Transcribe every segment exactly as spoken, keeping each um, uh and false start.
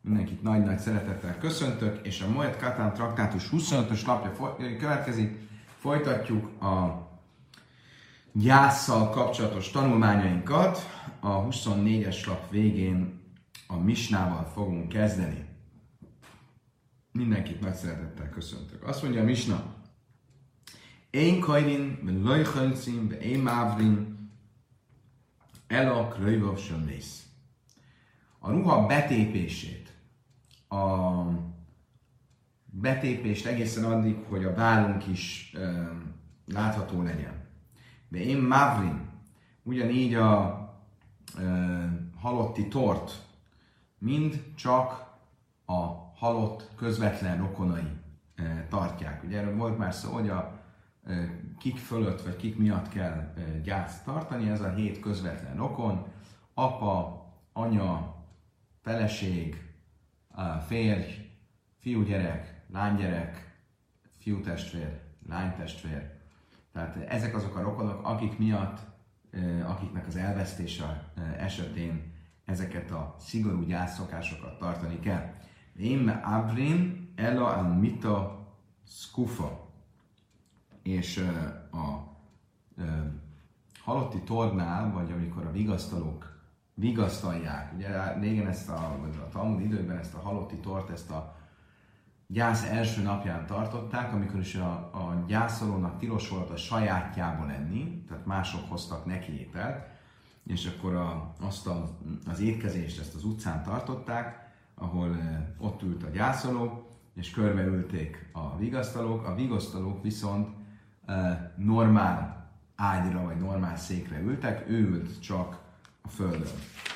Mindenkit nagy-nagy szeretettel köszöntök, és a Moed Katan traktátus huszonötös lapja következik. Folytatjuk a gyásszal kapcsolatos tanulmányainkat. A huszonnégyes lap végén a misnával fogunk kezdeni. Mindenkit nagy szeretettel köszöntök. Azt mondja a misna: Én kajrin, ben lojchalcim, ben én mávrin, elak röjvav sem mész. A ruha betépését, a betépést egészen addig, hogy a vállunk is e, látható legyen. De én mávrin, ugyanígy a e, halotti tort, mind csak a halott közvetlen rokonai e, tartják. Ugye erről volt már szó, hogy a e, kik fölött vagy kik miatt kell e, gyászt tartani, ez a hét közvetlen rokon: apa, anya, feleség, férj, fiúgyerek, lánygyerek, fiútestvér, lánytestvér. Tehát ezek azok a rokonok, akik miatt, akiknek az elvesztése esetén ezeket a szigorú gyászszokásokat tartani kell. Én abrin ela al mita skufa. És a halotti tornál, vagy amikor a vigasztalók vigasztalják. Ugye régen ezt a, vagy a Talmud időben ezt a halotti tort, ezt a gyász első napján tartották, amikor is a, a gyászolónak tilos volt a sajátjából enni, tehát mások hoztak neki ételt, és akkor a, azt a, az étkezést ezt az utcán tartották, ahol e, ott ült a gyászoló, és körbeülték a vigasztalók. A vigasztalók viszont e, normál ágyra, vagy normál székre ültek, ő ült csak a földön.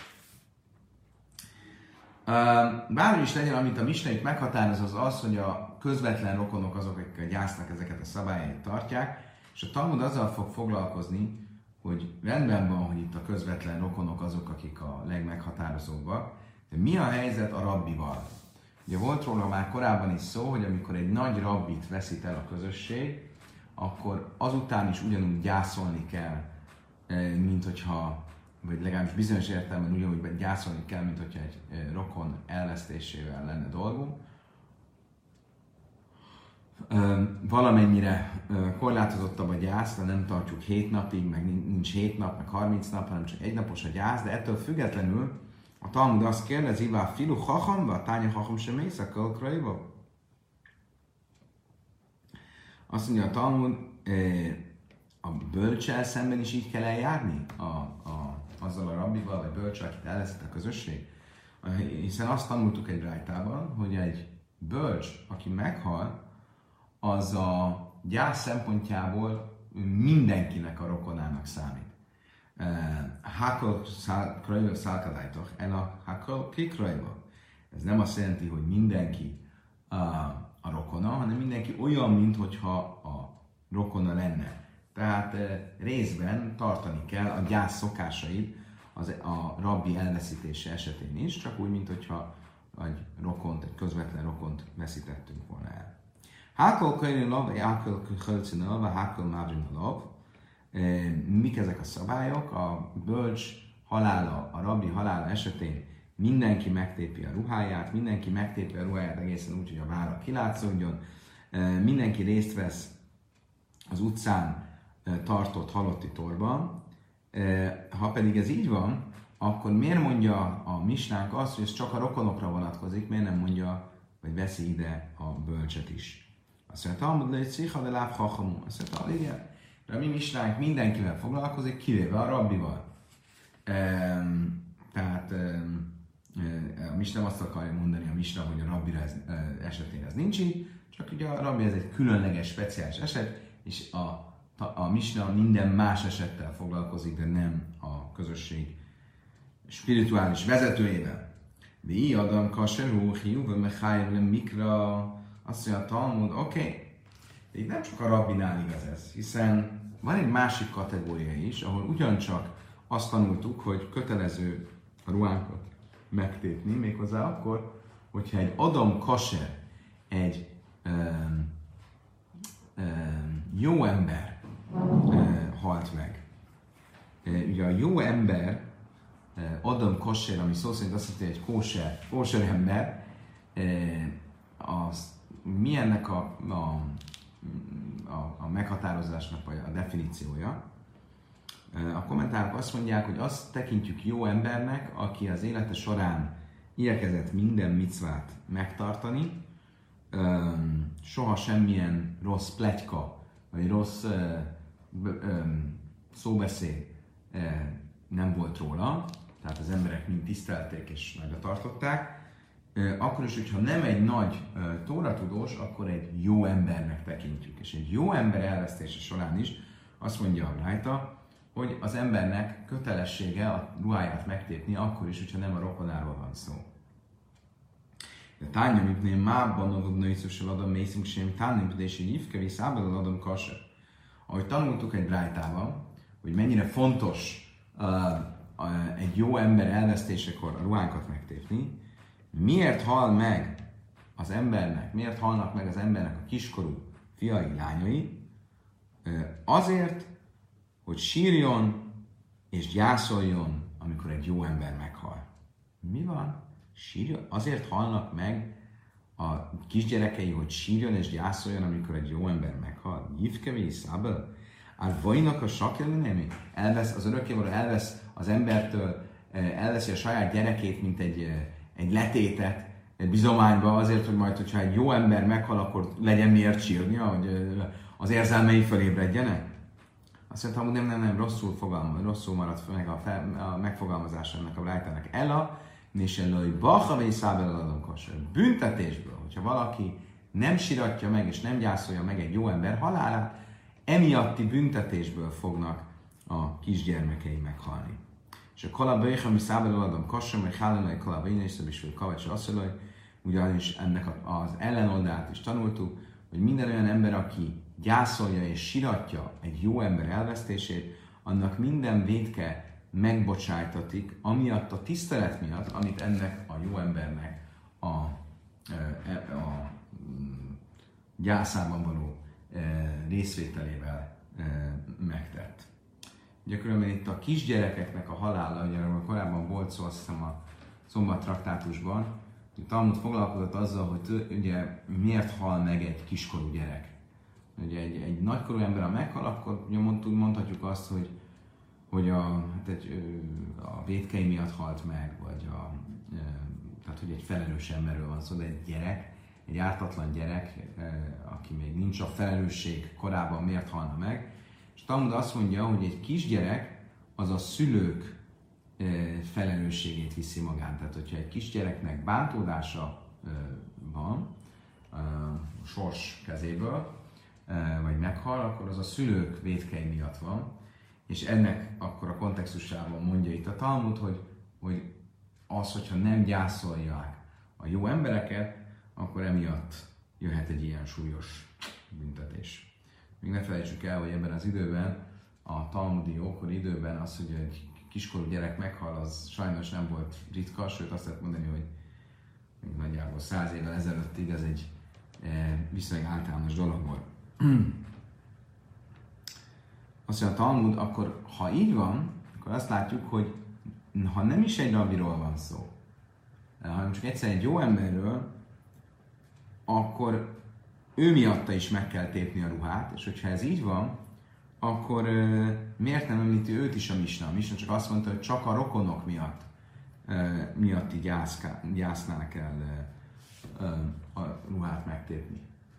Bármi is legyen, amit a misna itt meghatároz, az az, hogy a közvetlen rokonok azok, akik a gyásznak ezeket a szabályait tartják, és a Talmud azzal fog foglalkozni, hogy rendben van, hogy itt a közvetlen rokonok azok, akik a legmeghatározóbbak, de mi a helyzet a rabbival? Ugye volt róla már korábban is szó, hogy amikor egy nagy rabbit veszít el a közösség, akkor azután is ugyanúgy gyászolni kell, mint hogyha, vagy legalábbis bizonyos értelemben ugyanúgy gyászolni kell, mint hogyha egy rokon elvesztésével lenne dolgunk. Valamennyire korlátozottabb a gyász, de nem tartjuk hét napig, meg nincs hét nap, meg harminc nap, hanem csak egy napos a gyász, de ettől függetlenül a Talmud azt kérdezi, vá filu chacham, vá tánya chacham sem éjszakal krajva. Azt mondja a Talmud, a bölcsel szemben is így kell eljárni a, a, azzal a rabbival, vagy bölcsel, akit elveszít a közösség. Hiszen azt tanultuk egy rájtában, hogy egy bölcs, aki meghal, az a gyász szempontjából mindenkinek a rokonának számít. Hákol krajva szálkadájtok, el a hákol kikrajva. Ez nem azt jelenti, hogy mindenki a, a rokona, hanem mindenki olyan, minthogyha a rokona lenne. Tehát e, részben tartani kell a gyász szokásait az, a rabbi elveszítése esetén is, csak úgy, mint hogyha egy rokont, egy közvetlen rokont veszítettünk volna el. Hákol könyvén lav, vagy hákol kölcön lav, vagy hákol mávrin lav. Mik ezek a szabályok? A bölcs halála, a rabbi halála esetén mindenki megtépi a ruháját, mindenki megtépi a ruháját egészen úgy, hogy a válla kilátszódjon, e, mindenki részt vesz az utcán tartott halotti torban. Ha pedig ez így van, akkor miért mondja a misnánk azt, hogy ez csak a rokonokra vonatkozik, miért nem mondja, vagy veszi ide a bölcset is? Azt mondja, Talmud le cicha de láb hachamú. Azt mondja, igen, de a mi misnánk mindenkivel foglalkozik, kivéve a rabbival. Tehát a misna nem azt akarja mondani a misna, hogy a rabbi esetén ez nincs így, csak ugye a rabbi ez egy különleges, speciális eset, és a A misna minden más esettel foglalkozik, de nem a közösség spirituális vezetőjével. Vi adam kasherú hiúva mechájv le mikra. Azt mondja a Talmud, oké, okay, de itt nem csak a rabbinál igaz ez, hiszen van egy másik kategória is, ahol ugyancsak azt tanultuk, hogy kötelező a ruhánkat megtépni, méghozzá akkor, hogyha egy adam kasher, egy um, um, jó ember, halt meg. Ugye a jó ember Adam kosser, ami szó szerint azt jelenti, hogy egy kóser, kóser ember, az mi ennek a, a, a, a meghatározásnak vagy a definíciója? A kommentárok azt mondják, hogy azt tekintjük jó embernek, aki az élete során igyekezett minden micvát megtartani, soha semmilyen rossz pletyka, vagy rossz szóbeszéd nem volt róla, tehát az emberek mind tisztelték és nagyra tartották, akkor is, hogyha nem egy nagy tóratudós, akkor egy jó embernek tekintjük. És egy jó ember elvesztése során is azt mondja rajta, hogy az embernek kötelessége a ruháját megtépni, akkor is, hogyha nem a rokonáról van szó. De tányom, mipném mábban adom nőszössel adom mészünk sem, tányom, de és egy hívkevé szábadal adom kasser. Ahogy tanultuk egy brájtában, hogy mennyire fontos uh, uh, egy jó ember elvesztésekor a ruhánkat megtépni, miért hal meg az embernek, miért halnak meg az embernek a kiskorú fiai, lányai? Uh, azért, hogy sírjon és gyászoljon, amikor egy jó ember meghal. Mi van? Sírjon? Azért halnak meg a kisgyerekei, hogy sírjon és gyászoljon, amikor egy jó ember meghal. Jivkevé, szábel? Ár vajnak a sakjelönemi? Elvesz, az örökkévaló elvesz az embertől, elveszi a saját gyerekét, mint egy, egy letétet, egy bizományba azért, hogy majd, hogyha egy jó ember meghal, akkor legyen miért sírnia, hogy az érzelmei fölébredjenek. Azt mondtam, hogy nem, nem, nem, rosszul fogalmaz, rosszul maradt meg a, fel, a megfogalmazása ennek a rájtának. Ella, és ellői bahavei szábel adom kosser. Büntetésből, hogyha valaki nem siratja meg és nem gyászolja meg egy jó ember halálát, emiatti büntetésből fognak a kisgyermekei meghalni. És a kolabéh, ami szábel adom kosser, meg hállalai kolabéh, és is vagy kavács asszolaj, ugyanis ennek az ellenoldát is tanultuk, hogy minden olyan ember, aki gyászolja és siratja egy jó ember elvesztését, annak minden vétke megbocsájtatik, amiatt a tisztelet miatt, amit ennek a jó embernek a, a, a gyászában való részvételével megtett. Ugye különben itt a kisgyerekeknek a halála, ugye arról korábban volt szó, azt hiszem a Szombat traktátusban, hogy Talmud foglalkozott azzal, hogy ugye miért hal meg egy kiskorú gyerek. Ugye egy, egy nagykorú ember, ha meghal, akkor mondhatjuk azt, hogy, hogy a, hát egy, a vétkei miatt halt meg, vagy a, tehát hogy egy felelős emberről van szó, de egy gyerek, egy ártatlan gyerek, aki még nincs a felelősség korában, miért halna meg. És Talmud azt mondja, hogy egy kisgyerek az a szülők felelősségét viszi magán. Tehát, hogyha egy kisgyereknek bántódása van a sors kezéből, vagy meghal, akkor az a szülők vétkei miatt van, és ennek akkor a kontextusában mondja itt a Talmud, hogy, hogy az, hogyha nem gyászolják a jó embereket, akkor emiatt jöhet egy ilyen súlyos büntetés. Még ne felejtsük el, hogy ebben az időben, a talmudi ókori időben az, hogy egy kiskorú gyerek meghal, az sajnos nem volt ritka, sőt azt lehet mondani, hogy még nagyjából száz évvel ezelőttig ez egy viszonylag általános dolog volt. Azt mondja a Talmud, akkor ha így van, akkor azt látjuk, hogy ha nem is egy rabbiról van szó, hanem csak egyszer egy jó emberről, akkor ő miatta is meg kell tépni a ruhát, és hogyha ez így van, akkor uh, miért nem említi őt is a misna? A misna csak azt mondta, hogy csak a rokonok miatt uh, miatti gyászká, gyásznál kell uh, uh, a ruhát megtépni.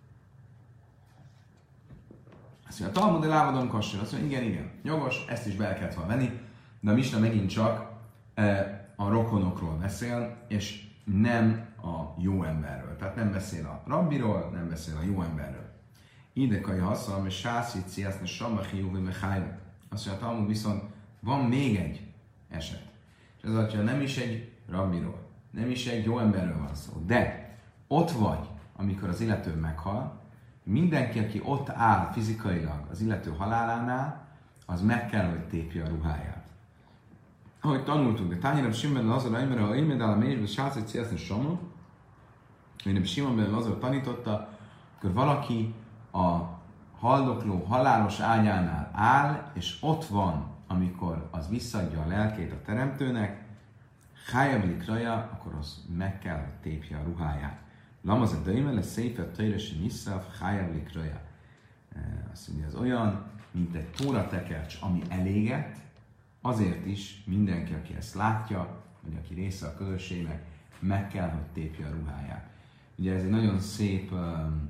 Azt mondja, a Talmud elávadom kasser, azt mondja, igen, igen, jogos, ezt is bele kellett volna venni, de a misna megint csak uh, a rokonokról beszél, és nem a jó emberről. Tehát nem beszél a rabbiról, nem beszél a jó emberről. Idekai haszalom, és sászíci, ezt a sammachi júvi mehájra. Azt mondja, a Talmud viszont van még egy eset. És ez azt nem is egy rabbiról, nem is egy jó emberről van szó, de ott vagy, amikor az illető meghal, mindenki, aki ott áll fizikailag az illető halálánál, az meg kell, hogy tépje a ruháját. Ahogy tanultunk, de tányira Simon Lazar, Aimer, ha Aimer, de a mélybe sászíci, ezt a samma, hogy Simon Lazar tanította, akkor valaki a haldokló halálos ágyánál áll, és ott van amikor az visszaadja a lelkét a teremtőnek, hájablik raja, akkor az meg kell, hogy tépje a ruháját. Lamaz a döjme lesz szépen tőlesi vissza, hájablik raja. Azt mondja, ez olyan, mint egy tóratekercs, ami elégett, azért is mindenki, aki ezt látja, vagy aki része a közösségnek, meg kell, hogy tépje a ruháját. Ugye ez egy nagyon szép um,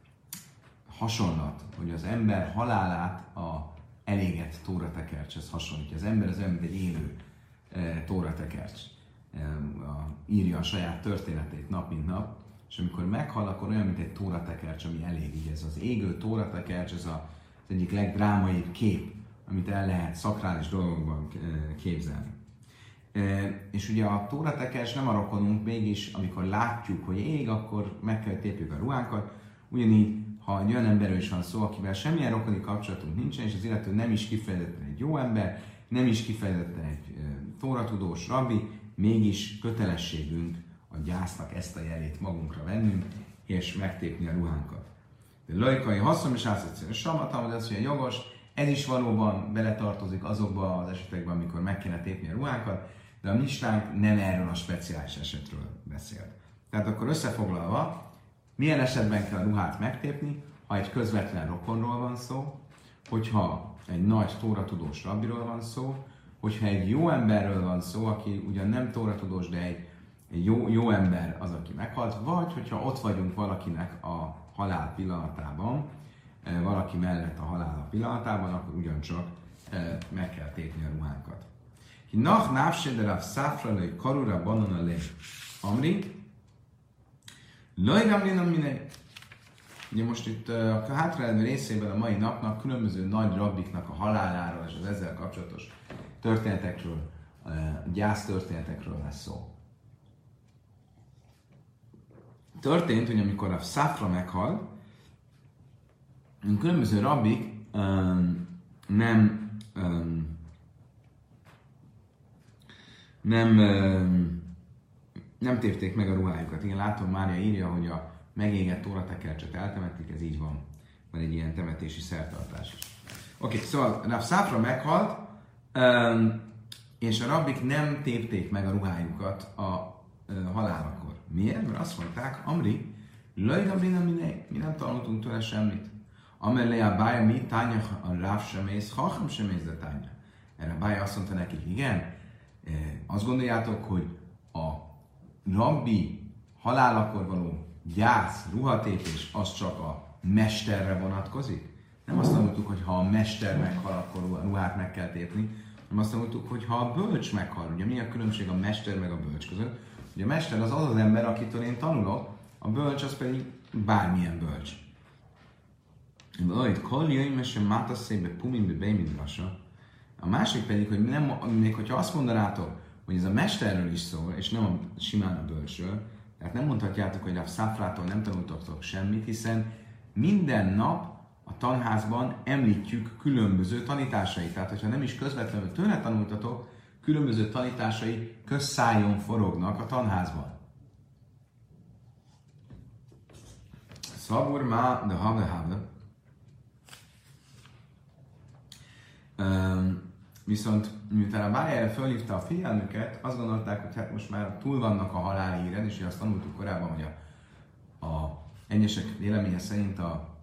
hasonlat, hogy az ember halálát a elégett tóratekercshez hasonlítja. Az ember az olyan, mint egy élő e, tóratekercs. E, a, írja a saját történetét nap mint nap, és amikor meghal, akkor olyan, mint egy tóratekercs, ami elég. Így ez az égő tóratekercs, ez a, az egyik legdrámaibb kép, amit el lehet szakrális dolgokban képzelni. E, és ugye a tóratekercs nem a rokonunk, mégis amikor látjuk, hogy ég, akkor meg kell tépjük a ruhánkat. Ugyanígy, ha egy olyan emberről is van szó, akivel semmilyen rokoni kapcsolatunk nincsen, és az illető nem is kifejezetten egy jó ember, nem is kifejezetten egy e, tóratudós rabbi, mégis kötelességünk a gyásznak ezt a jelét magunkra vennünk, és megtépni a ruhánkat. De laikai haszom és átszegyszerűen sammatam, de az, hogy a jogos, ez is valóban beletartozik azokba az esetekben, amikor meg kéne tépni a ruhánkat, de a misnánk nem erről a speciális esetről beszélt. Tehát akkor összefoglalva, milyen esetben kell a ruhát megtépni, ha egy közvetlen rokonról van szó, hogyha egy nagy tóratudós rabbiról van szó, hogyha egy jó emberről van szó, aki ugyan nem tóratudós, de egy, egy jó, jó ember az, aki meghalt, vagy hogyha ott vagyunk valakinek a halál pillanatában, valaki mellett a halál pillanatában, akkor ugyancsak meg kell tépni a ruhánkat. Ki nach návséderav száfralai karura banana lé. Amri, lajram lénam miné. Ugye most itt a hátralévő részében a mai napnak különböző nagy rabbiknak a haláláról és az ezzel kapcsolatos történetekről, gyász történetekről lesz szó. Történt, hogy amikor a Szafra meghal, különböző rabbik um, nem um, nem um, nem tépték meg a ruhájukat. Igen, látom, Mária írja, hogy a megégett tóratekercset eltemették, ez így van. Van egy ilyen temetési szertartás is. Oké, okay, szóval Rav Szafra meghalt, um, és a rabbik nem tépték meg a ruhájukat a uh, halálakor. Miért? Mert azt mondták, Amri, lajgabina miné, mi nem tanultunk tőle semmit. Amelé a bája mi, tánya a ráv sem ész, hacham sem ész, de tánya. Erre a bája azt mondta nekik, igen, azt gondoljátok, hogy a rabbi halálakor való gyász, ruhatépés, az csak a mesterre vonatkozik? Nem azt tanultuk, hogy ha a mester meghal, akkor a ruhát meg kell tépni, hanem azt tanultuk, hogy ha a bölcs meghal, ugye mi a különbség a mester meg a bölcs között? Ugye a mester az az az ember, akitől én tanulok, a bölcs az pedig bármilyen bölcs. A másik pedig, hogy nem, még hogyha azt mondanátok, hogy ez a mesterről is szól, és nem a, simán a bölcsről, tehát nem mondhatjátok, hogy a Szafrától nem tanultatok semmit, hiszen minden nap a tanházban említjük különböző tanításait. Tehát, hogyha nem is közvetlenül tőle tanultatok, különböző tanításai közszájon forognak a tanházban. Szabur ma de have have. Um, viszont miután a Bájer fölhívta a figyelmüket, azt gondolták, hogy hát most már túl vannak a halálhíren, és azt tanultuk korábban, hogy a, a egyesek véleménye szerint a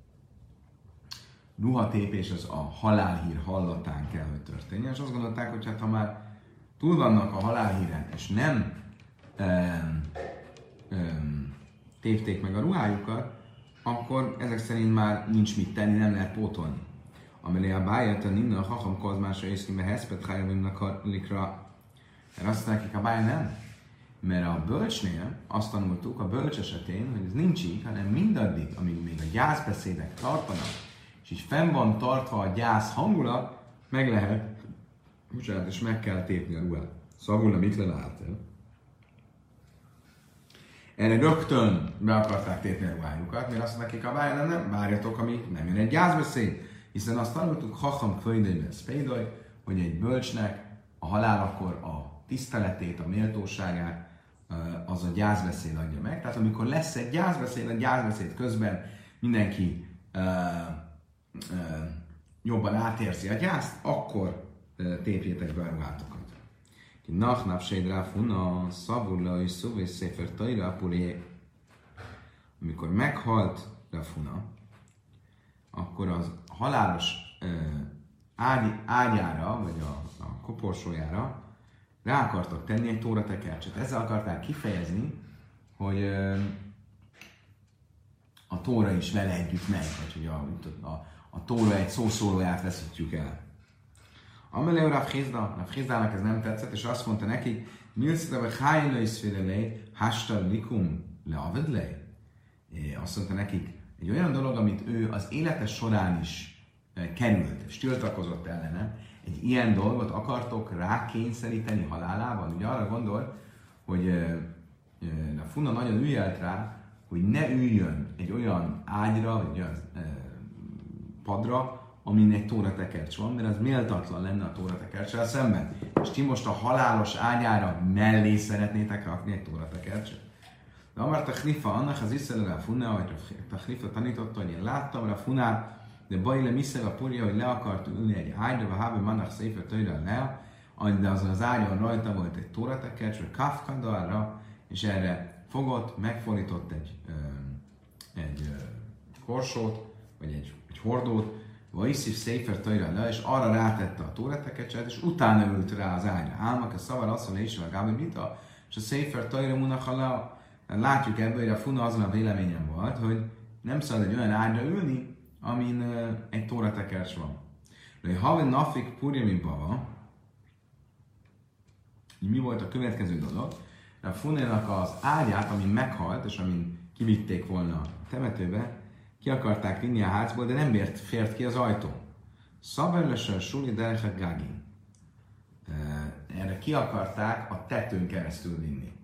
ruhatépés az a halálhír hallatán kell, hogy történjen, és azt gondolták, hogy hát ha már túl vannak a halálhíren, és nem um, um, tépték meg a ruhájukat, akkor ezek szerint már nincs mit tenni, nem lehet pótolni. Amelé a báját a ninna a hacham kozmása és ki heszpet hájavimnak a likra. Mert azt nekik a báj nem. Mert a bölcsnél azt tanultuk a bölcs esetén, hogy ez nincs így, hanem mindaddig, amíg még a gyászbeszédek tartanak, és így fenn van tartva a gyász hangulat, meg lehet, bocsánat, és meg kell tépni a ruhát. Szavulna mit leállt el? Erre rögtön be akarták tépni a ruhájukat, mert azt nekik a báj nem, nem, várjatok, amíg nem jön egy gyászbeszéd. Hiszen azt tanultuk, hacham földeiben szpédoj, hogy egy bölcsnek a halálakor a tiszteletét, a méltóságát az a gyászbeszéd adja meg. Tehát amikor lesz egy gyászbeszéd, a gyászbeszéd közben mindenki uh, uh, jobban átérzi a gyászt, akkor tépjétek be a ruhátokat. Nach napséd ráfuna, szavurla és szuvé széfer tajra puré. Amikor meghalt Rafuna, akkor az halálos ágy, ágyára, vagy a, a koporsójára rá akartak tenni egy tóratekercset. Ezzel akarták kifejezni, hogy a tóra is vele együtt megy, vagy hogy a, a, a tóra egy szószólóját veszítjük el. Amelé Rav Chizda, Rav Chizdának ez nem tetszett, és azt mondta nekik, Milszitebe Chájlai Szfirelei, Hástal Likum Leavedlei. Azt mondta nekik, egy olyan dolog, amit ő az élete során is került, és tiltakozott ellene, egy ilyen dolgot akartok rákényszeríteni halálában? Ugye arra gondolt, hogy a Funa nagyon ügyelt rá, hogy ne üljön egy olyan ágyra, vagy olyan padra, amin egy tóratekercs van, mert az méltatlan lenne a tóratekercssel szemben. És ti most a halálos ágyára mellé szeretnétek rakni egy tóratekercset. De amár Tachnifa, annak az iszele a Funa, hogy Tachnifa tanította, hogy én láttam a Funát, de Bajle Miszeg a purja, hogy le akart ülni egy ágyra, vagy Hábe Manach Széfer Töjre le, de azon az ágyon rajta volt egy tóratekercs, vagy Kafkadalra, és erre fogott, megfordított egy, egy korsót, vagy egy, egy hordót, vagy Iszif Széfer Töjre le, és arra rátette a tóratekercset, és utána ült rá az ágyra. Álmak a szavar azt mondja, és a Gábi Bita, és a Széfer Töjre Munachala. Látjuk ebből, hogy a Funa azon a véleményem volt, hogy nem szabad egy olyan ágyra ülni, amin uh, egy tóratekercs van. De ha nafik purjami bava, mi volt a következő dolog? A Funénak az ágyát, amin meghalt, és amin kivitték volna a temetőbe, ki akarták vinni a házból, de nem bért, fért ki az ajtó. Szaberlesen suli derechek gágin. Erre ki akarták a tetőn keresztül vinni.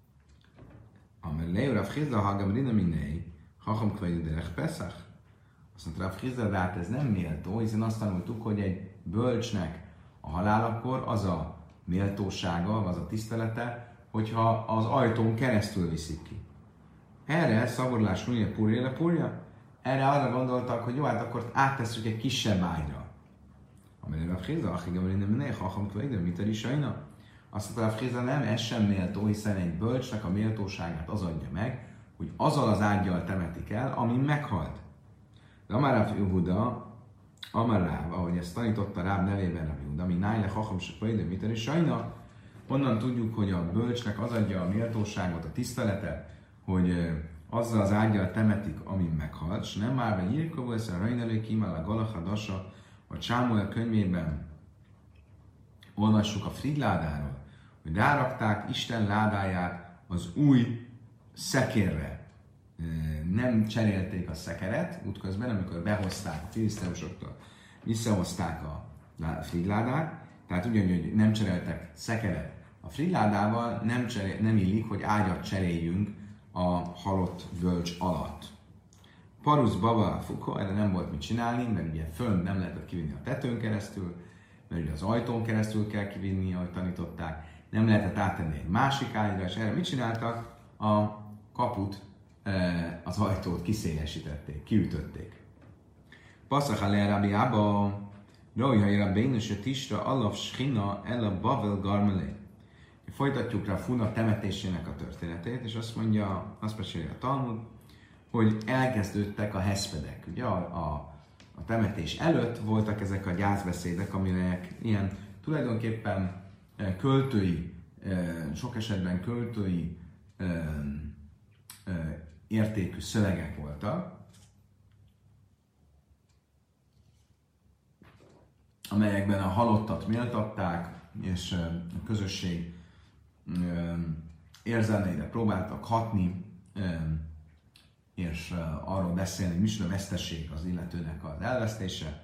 Amelé Rav Chizda hagam rina minei, hacham kvei derech Pesach. Azt mondta Rav Chizda, de hát ez nem méltó, hiszen azt tanultuk, hogy egy bölcsnek a halálakor az a méltósága, az a tisztelete, hogyha az ajtón keresztül viszik ki. Erre szavorlás nője purja, purja, erre arra gondoltak, hogy jó, hát akkor áttesszük egy kisebb ágyra. Amelé Rav Chizda, hagam rina minei, hacham kvei derech Pesach. Azt mondta, Rav Chizda, nem, ez sem méltó, hiszen egy bölcsnek a méltóságát az adja meg, hogy azzal az ággyal temetik el, amin meghalt. De Amar Rav Yehuda, Amar Ráv, ahogy ezt tanította Ráv nevében Rav Yehuda, mi nájle hacham sekvaidő miter és sajna, onnan tudjuk, hogy a bölcsnek az adja a méltóságot, a tiszteletet, hogy azzal az ággyal temetik, amin meghalt, és nem már be Jirkov lesz a Rajnelő Kimel a Galachadasa, a Sámuel könyvében olvassuk a Fridládáról, hogy rárakták Isten ládáját az új szekérre. Nem cserélték a szekeret útközben, amikor behozták a filiszteusoktól, visszahozták a Fridládát, tehát ugyanúgy, hogy nem cseréltek szekeret. A Fridládával nem, cserél, nem illik, hogy ágyat cseréljünk a halott bölcs alatt. Parusz Baba Fuka, erre nem volt mit csinálni, mert ugye fönn nem lehetett kivinni a tetőn keresztül, mert ugye az ajtón keresztül kell kivinni, ahogy tanították, nem lehetett áttenni egy másik ágyra, és erre mit csináltak? A kaput, az ajtót kiszélesítették, kiütötték. Passzach alá Rabbi Abba, Rajhaj Rabbeinu se tisra alaf schina el a Bavel garmelé. Folytatjuk rá Funa temetésének a történetét, és azt mondja, azt mesélje a Talmud, hogy elkezdődtek a heszpedek. Ugye a, a, a temetés előtt voltak ezek a gyászbeszédek, aminek ilyen tulajdonképpen költői, sok esetben költői értékű szövegek voltak, amelyekben a halottat méltatták, és a közösség érzelmeire próbáltak hatni, és arról beszélni, hogy micsoda veszteség az illetőnek az elvesztése.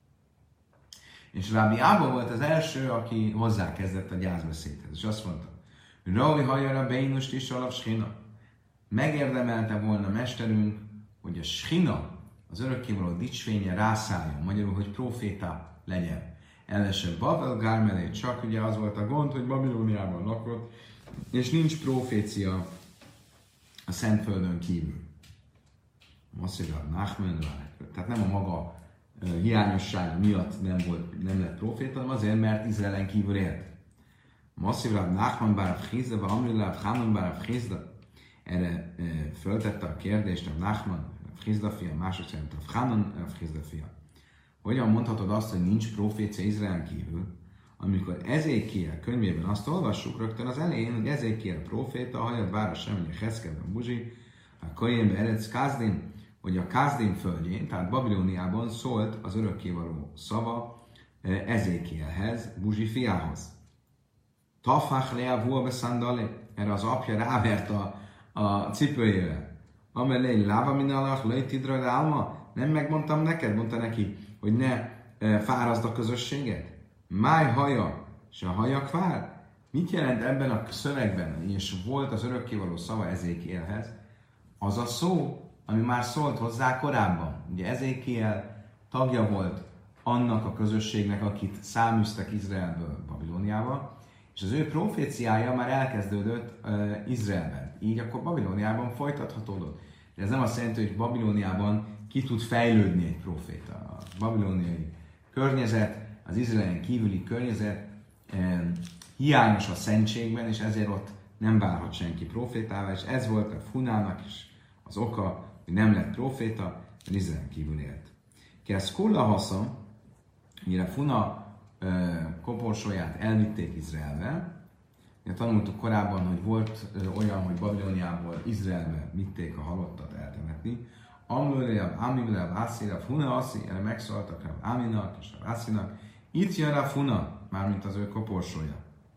És Rabbi Abba volt az első, aki hozzákezdett a gyászbeszédhez, és azt mondta, hogy Ravi hajjara beinust is alap schina. Megérdemelte volna mesterünk, hogy a schina, az örökkévaló dicsfénye rászálljon, magyarul, hogy proféta legyen. Ellese Bavel Gármelé, csak ugye az volt a gond, hogy Babilóniában lakott, és nincs profécia a Szentföldön kívül. Azt mondja, Nachmen, tehát nem a maga hiányossága miatt nem, volt, nem lett proféta, hanem azért, mert Izraelen kívül élt. Masszív Rav Nachman bar Rav Chizda, vagy Amri Rav Hanan bar Rav Chizda. Erre e, föltette a kérdést Rav Nachman, Rav Chizda fia, mások szerint Rav Hanan, Rav Chizda fia. Hogyan mondhatod azt, hogy nincs profécia Izraelen kívül, amikor Ezékiel könyvében azt olvassuk rögtön az elején, hogy Ezékiel proféta, a hajad város sem, hogy a Heszkedben Buzsi, a Kajénbe Eretz Kázdin, hogy a Kázdin földjén, tehát Babilóniában szólt az örökkévaló szava Ezékielhez, Buzsi fiához. Tafach lea vua beszandale, erre az apja rávert a, a cipőjével. Amelé láva minalach, lejtidra álma, nem megmondtam neked, mondta neki, hogy ne e, fárazd a közösséget. Máj haja, se a hajak vár. Mit jelent ebben a szövegben, és volt az örökkévaló szava Ezékielhez? Az a szó, ami már szólt hozzá korábban. Ugye Ezékiel tagja volt annak a közösségnek, akit száműztek Izraelből Babilóniába, és az ő proféciája már elkezdődött uh, Izraelben. Így akkor Babilóniában folytathatódott. De ez nem azt jelenti, hogy Babilóniában ki tud fejlődni egy proféta. A babilóniai környezet, az Izraelen kívüli környezet um, hiányos a szentségben, és ezért ott nem válhat senki profétává, és ez volt a Funának is az oka, hogy nem lett proféta, mert Izraelen kívül élt. Kezd Kulla haszon, mire Funa ö, koporsóját elvitték Izraelbe. Ja, tanultuk korábban, hogy volt ö, olyan, hogy Babilóniából Izraelbe vitték a halottat eltemetni. Amlőre, Amimre, Ászira, Funa, Aszi, erre megszóltak Rav Aminak és Rav Asszinak. Itt jön a Funa, mármint az ő koporsója.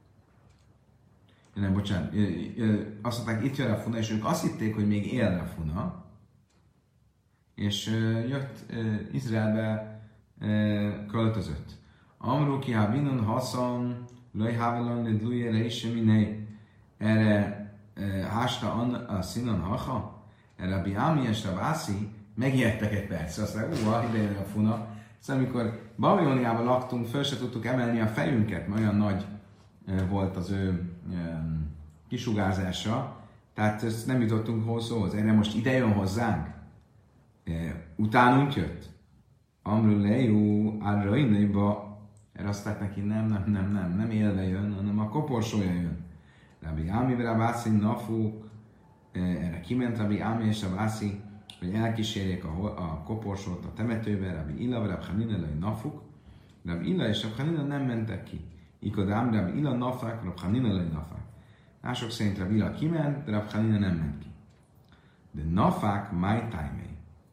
Nem, bocsánat, azt mondták, itt jön a Funa, és ők azt hitték, hogy még él a Funa, és jött Izraelbe, költözött. Amruki ha vinon haszon, loj havelon lidluje reise minei, erre hásta a színon hacha, erre a biámi és a vászi, megijedtek egy perc, azt mondták, ú, ide jön a Funa. Szóval amikor Babilóniában laktunk, föl se tudtuk emelni a fejünket, mert olyan nagy volt az ő kisugárzása, tehát ezt nem jutottunk hozzóhoz. Erre most ide jön hozzánk? Utánunk jött? Amrulejú, Arrainaiba, erre azt mondták neki, nem, nem, nem, nem, nem élve jön, hanem a koporsója jön. Rabbi Ámi, Rabbi Ászi, Nafuk, erre kiment Rabbi Ámi és Rabbi Ászi, hogy elkísérjék a, a koporsót a temetőbe, Rabbi Illa, Rabbi Hanina, Rabbi Nafuk. Rabbi Illa és Rabbi Hanina nem mentek ki. Ikodám, Rabbi Illa Nafák, Rabbi Hanina, Rabbi Nafák. Mások szerint Rabbi Illa kiment, de Rabbi Hanina nem ment ki. De Nafák, my time.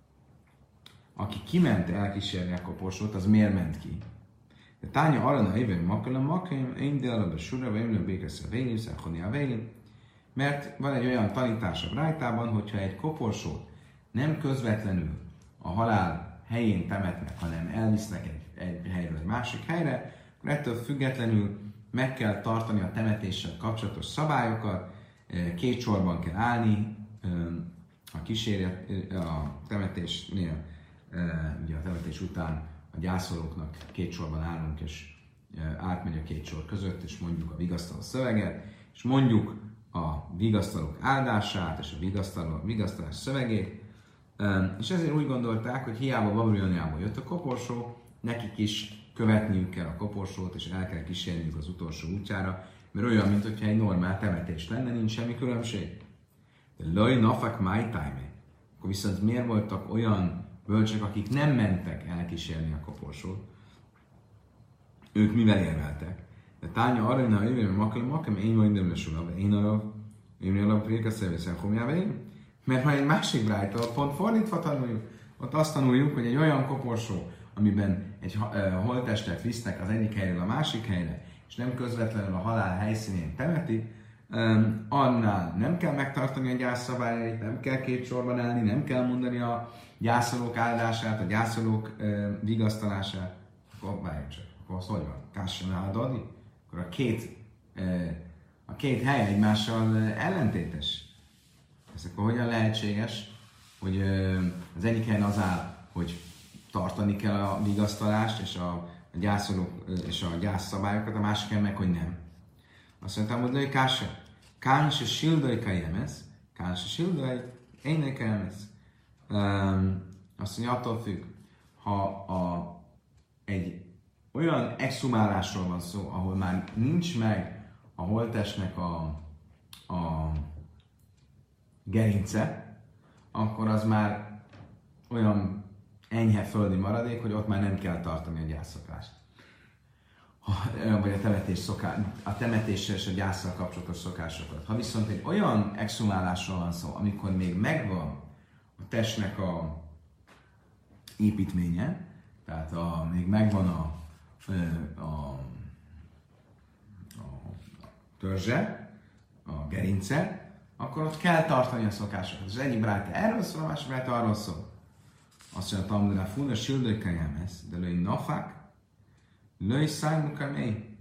Aki kiment elkísérni a koporsót, az miért ment ki? De tánya arra éven makalom, makalom, én délbe surra, vagy én békeszre vélim, szerhoni a vélim. Mert van egy olyan tanítás a Brájtában, hogyha egy koporsót nem közvetlenül a halál helyén temetnek, hanem elvisznek egy, egy helyről egy másik helyre, akkor ettől függetlenül meg kell tartani a temetéssel kapcsolatos szabályokat, két sorban kell állni a kísérlet, a temetésnél, ugye a temetés után a gyászolóknak két sorban állunk, és átmegy a két sor között, és mondjuk a vigasztaló szöveget, és mondjuk a vigasztalók áldását, és a vigasztaló, vigasztalás szövegét, és ezért úgy gondolták, hogy hiába Babilóniából jött a koporsó, nekik is követniük kell a koporsót, és el kell kísérniük az utolsó útjára, mert olyan, mintha egy normál temetés lenne, nincs semmi különbség. De loj nafak my time. Akkor viszont miért voltak olyan bölcsek, akik nem mentek elkísérni a koporsót? Ők mivel érveltek? De tánya arra, hogy na jövő makkal, makkal, én vagy nem lesz oda, én arra, én arra préka szervészen homjába én. Mert ha egy másik brájtól pont fordítva tanuljuk, ott azt tanuljuk, hogy egy olyan koporsó, amiben egy holttestet visznek az egyik helyről a másik helyre, és nem közvetlenül a halál helyszínén temetik, annál nem kell megtartani a gyászszabályait, nem kell két sorban állni, nem kell mondani a gyászolók áldását, a gyászolók vigasztalását. Akkor várj csak, akkor az hogy van? Kássan áldani? Akkor a két, a két hely egymással ellentétes. Ez akkor hogyan lehetséges, hogy az egyik helyen az áll, hogy tartani kell a vigasztalást és a, a gyászolók és a gyászszabályokat, a másik helyen meg, hogy nem. Azt mondtam, hogy kása. Kán se sildai kajemesz, kán se sildai énekelmesz. Azt mondja, attól függ, ha a, egy olyan exhumálásról van szó, ahol már nincs meg a holttestnek a, a gerince, akkor az már olyan enyhe földi maradék, hogy ott már nem kell tartani a gyászszokást. Vagy a temetés szoká, a temetéssel és a gyászsal kapcsolatos szokásokat. Ha viszont egy olyan exhumálásról van szó, amikor még megvan a testnek a építménye, tehát a, még megvan a, a, a, a törzse, a gerince, akkor ott kell tartani a szokásokat. Az egyik brájta erről szól, a másik brájta arról szól. Azt mondja, hogy a fúna sildői kanyámesz, de lőj nafák, lőj szájmukamé.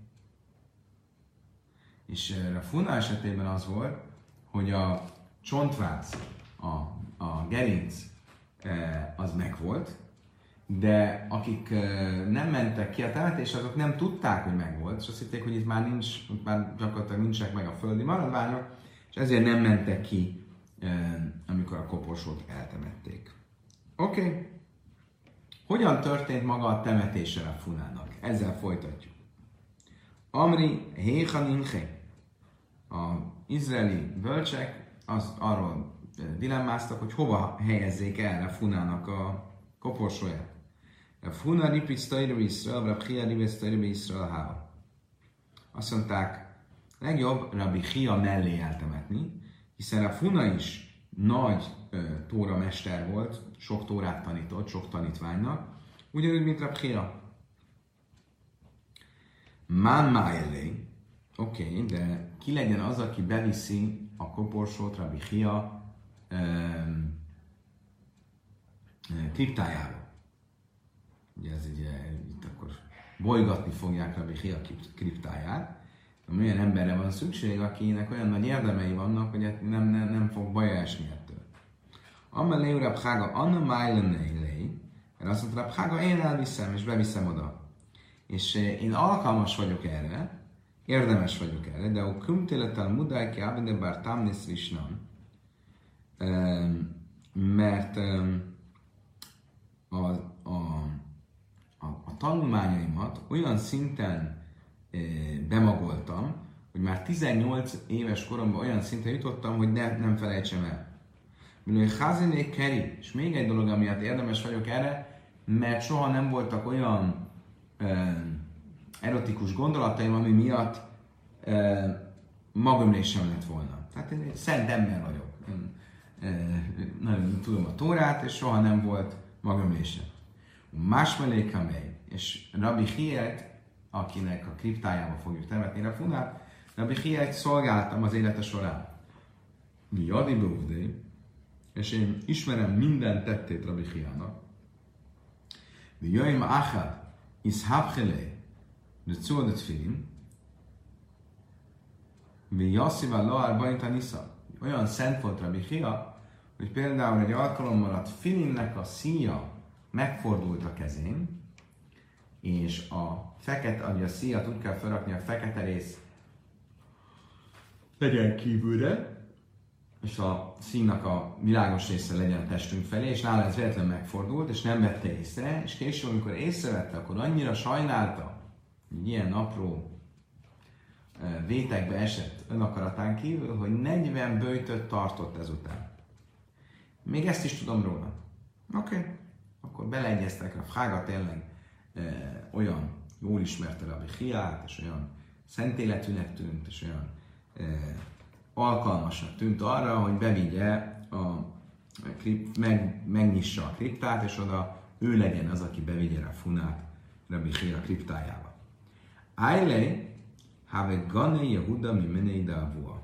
És a funa esetében az volt, hogy a csontváz, a, a gerinc az megvolt, de akik nem mentek ki a temetésre, azok nem tudták, hogy megvolt, és azt hitték, hogy itt már nincs, már gyakorlatilag nincsenek meg a földi maradványok, és ezért nem mentek ki, amikor a koporsót eltemették. Oké. Okay. Hogyan történt maga a temetése a funának? Ezzel folytatjuk. Amri héchaninche. Az izraeli bölcsek az arról dilemmáztak, hogy hova helyezzék el a funának a koporsóját. A funa ripis tajrövi Iszrael, Rabbi Chia ripis tajrövi Iszrael háva. Azt mondták, legjobb Rabbi Chia mellé eltemetni, hiszen a funa is nagy ö, tóra mester volt, sok tórát tanított, sok tanítványnak, ugyanúgy, mint Rabbi Chia. Man májlé, oké, okay, de ki legyen az, aki beviszi a koporsót Rabbi Chia ö, ö, kriptájába. Ugye ez ugye, itt akkor bolygatni fogják Rabbi Chia kriptáját. Olyan emberre van szükség, akinek olyan nagy érdemei vannak, hogy nem, nem, nem fog baja esni ettől. Amelé Rab Hága Anna Májlenélé, mert azt mondta, Rab Hága, én elviszem, és beviszem oda. És én alkalmas vagyok erre, érdemes vagyok erre, de a kumtéletel mudájki ábinde bár támnész visnan, mert a, a, a, a tanulmányaimat olyan szinten bemagoltam, hogy már tizennyolc éves koromban olyan szinten jutottam, hogy ne, nem felejtsem el. Milyen házinék keri, és még egy dolog, amiatt érdemes vagyok erre, mert soha nem voltak olyan eh, erotikus gondolataim, ami miatt eh, magömlésem lett volna. Tehát én egy szent ember vagyok. Én eh, nagyon tudom a Tórát, és soha nem volt magömlésem. Másmelék amely, és Rabbi Hiet, akinek a kriptájába fogjuk temetni a funát, Rabbi Hiet szolgáltam az élete során. Mi adibódé, és én ismerem minden tettét Rabbi Hiának. Mi jöjjön achad, is habchelé, de cuadat filim, mi jasszival loár bajtanisza. Olyan szent volt Rabbi Hia, hogy például egy alkalommal a filimnek a szíja megfordult a kezén, és a fekete, ami a szíjat úgy kell felrakni, a fekete rész legyen kívülre, és a színnak a világos része legyen a testünk felé, és nála ez véletlenül megfordult, és nem vette észre, és később, amikor észrevette, akkor annyira sajnálta, hogy ilyen apró vétekbe esett önakaratán kívül, hogy negyven böjtöt tartott ezután. Még ezt is tudom róla. Oké, okay. Akkor beleegyeztek, a Hága tényleg e, olyan jól ismerte Rabbi Hiát, és olyan szentéletűnek tűnt, és olyan e, alkalmasnak tűnt arra, hogy bevigye a krip, meg, megnyissa a kriptát, és oda ő legyen az, aki bevigye a funát Rabbi Hia kriptájába. Ájlej, have gane Yehuda mi menei dávua.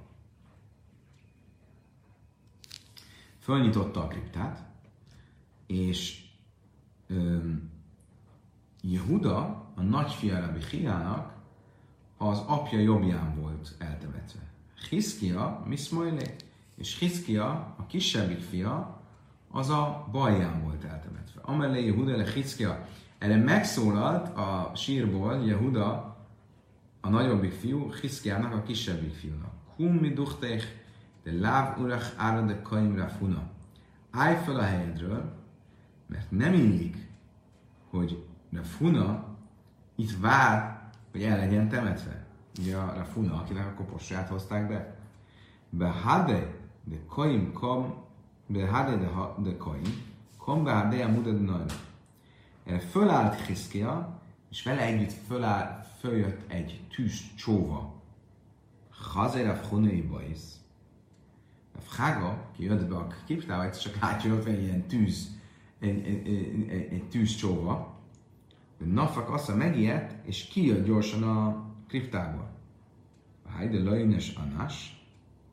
Fölnyitotta a kriptát, és um, Yehuda, a nagyfia Rabbi Hiának, az apja jobbján volt eltemetve. Hiszkia, Miszmajlé, és Hiszkia, a kisebbik fia, az a balján volt eltemetve. Amellé Yehuda le Hiszkia, erre megszólalt a sírból Yehuda, a nagyobbik fiú, Hiszkiának, a kisebbik fiúnak. Hum mi duchtech, de láv urach ára de kaimra funa. Állj fel a helyedről, mert nem illik hogy Rafuna itt vár, hogy el legyen temetve. Ugye a Rafuna, akinek a koporsóját hozták be. Behade de koim kom, behade de, de koim, kom behade a mudad nagy. Fölállt Hiszkia, és vele együtt föláll, följött egy tűz csóva. Hazer a Funai bajsz. A Fhága, ki jött be a kriptába, egyszer csak látja, hogy ott van egy ilyen tűz, egy, egy, egy, egy, egy tűz csóva. Nafak assza megijedt, és kijött gyorsan a kriptából. Hájde lajnes anás,